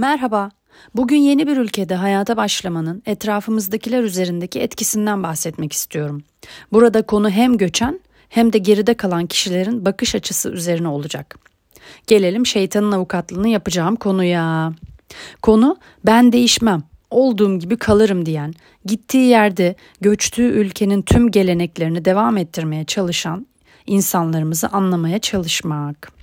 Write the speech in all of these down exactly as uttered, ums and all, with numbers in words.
Merhaba. Bugün yeni bir ülkede hayata başlamanın etrafımızdakiler üzerindeki etkisinden bahsetmek istiyorum. Burada konu hem göçen hem de geride kalan kişilerin bakış açısı üzerine olacak. Gelelim şeytanın avukatlığını yapacağım konuya. Konu ben değişmem, olduğum gibi kalırım diyen, gittiği yerde göçtüğü ülkenin tüm geleneklerini devam ettirmeye çalışan insanlarımızı anlamaya çalışmak.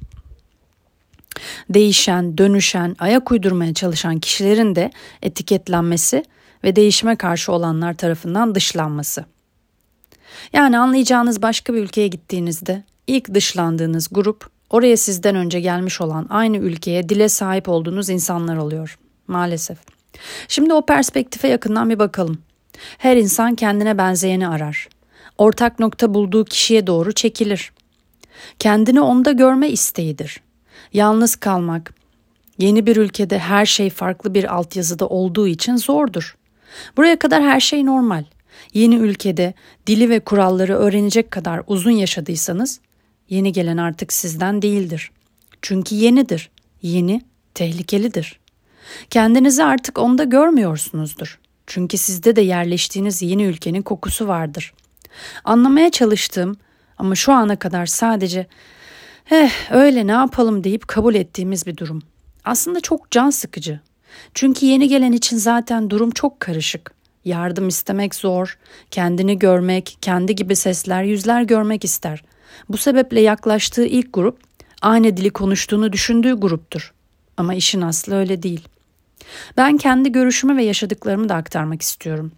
Değişen, dönüşen, ayak uydurmaya çalışan kişilerin de etiketlenmesi ve değişime karşı olanlar tarafından dışlanması. Yani anlayacağınız başka bir ülkeye gittiğinizde ilk dışlandığınız grup oraya sizden önce gelmiş olan aynı ülkeye dile sahip olduğunuz insanlar oluyor maalesef. Şimdi o perspektife yakından bir bakalım. Her insan kendine benzeyeni arar. Ortak nokta bulduğu kişiye doğru çekilir. Kendini onda görme isteğidir. Yalnız kalmak, yeni bir ülkede her şey farklı bir altyazıda olduğu için zordur. Buraya kadar her şey normal. Yeni ülkede dili ve kuralları öğrenecek kadar uzun yaşadıysanız, yeni gelen artık sizden değildir. Çünkü yenidir. Yeni, tehlikelidir. Kendinizi artık onda görmüyorsunuzdur. Çünkü sizde de yerleştiğiniz yeni ülkenin kokusu vardır. Anlamaya çalıştığım ama şu ana kadar sadece Eh öyle ne yapalım deyip kabul ettiğimiz bir durum. Aslında çok can sıkıcı. Çünkü yeni gelen için zaten durum çok karışık. Yardım istemek zor, kendini görmek, kendi gibi sesler, yüzler görmek ister. Bu sebeple yaklaştığı ilk grup aynı dili konuştuğunu düşündüğü gruptur. Ama işin aslı öyle değil. Ben kendi görüşümü ve yaşadıklarımı da aktarmak istiyorum.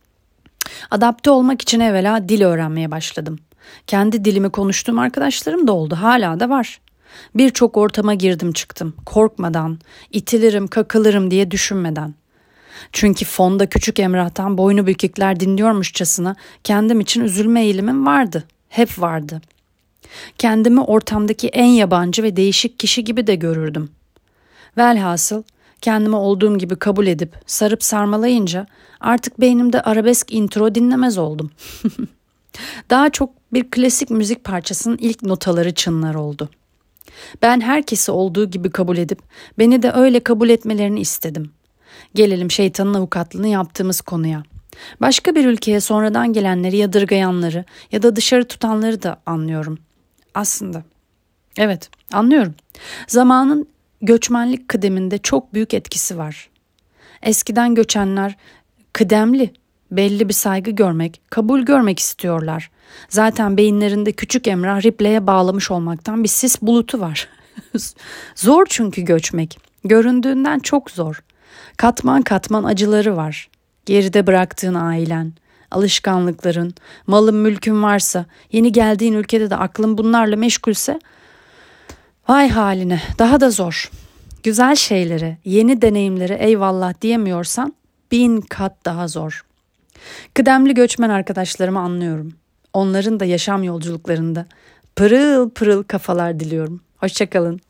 Adapte olmak için evvela dil öğrenmeye başladım. Kendi dilimi konuştuğum arkadaşlarım da oldu, hala da var. Birçok ortama girdim çıktım, korkmadan, itilirim, kakılırım diye düşünmeden. Çünkü fonda Küçük Emrah'tan boynu bükükler dinliyormuşçasına kendim için üzülme eğilimim vardı, hep vardı. Kendimi ortamdaki en yabancı ve değişik kişi gibi de görürdüm. Velhasıl kendimi olduğum gibi kabul edip sarıp sarmalayınca artık beynimde arabesk intro dinlemez oldum. Daha çok bir klasik müzik parçasının ilk notaları çınlar oldu. Ben herkesi olduğu gibi kabul edip beni de öyle kabul etmelerini istedim. Gelelim şeytanın avukatlığını yaptığımız konuya. Başka bir ülkeye sonradan gelenleri yadırgayanları ya da dışarı tutanları da anlıyorum. Aslında. Evet, anlıyorum. Zamanın göçmenlik kıdeminde çok büyük etkisi var. Eskiden göçenler kıdemli, belli bir saygı görmek, kabul görmek istiyorlar. Zaten beyinlerinde Küçük Emrah Ripley'e bağlamış olmaktan bir sis bulutu var. Zor çünkü göçmek. Göründüğünden çok zor. Katman katman acıları var. Geride bıraktığın ailen, alışkanlıkların, malın mülkün varsa, yeni geldiğin ülkede de aklın bunlarla meşgulse, vay haline, daha da zor. Güzel şeylere, yeni deneyimlere eyvallah diyemiyorsan bin kat daha zor. Kıdemli göçmen arkadaşlarımı anlıyorum. Onların da yaşam yolculuklarında pırıl pırıl kafalar diliyorum. Hoşça kalın.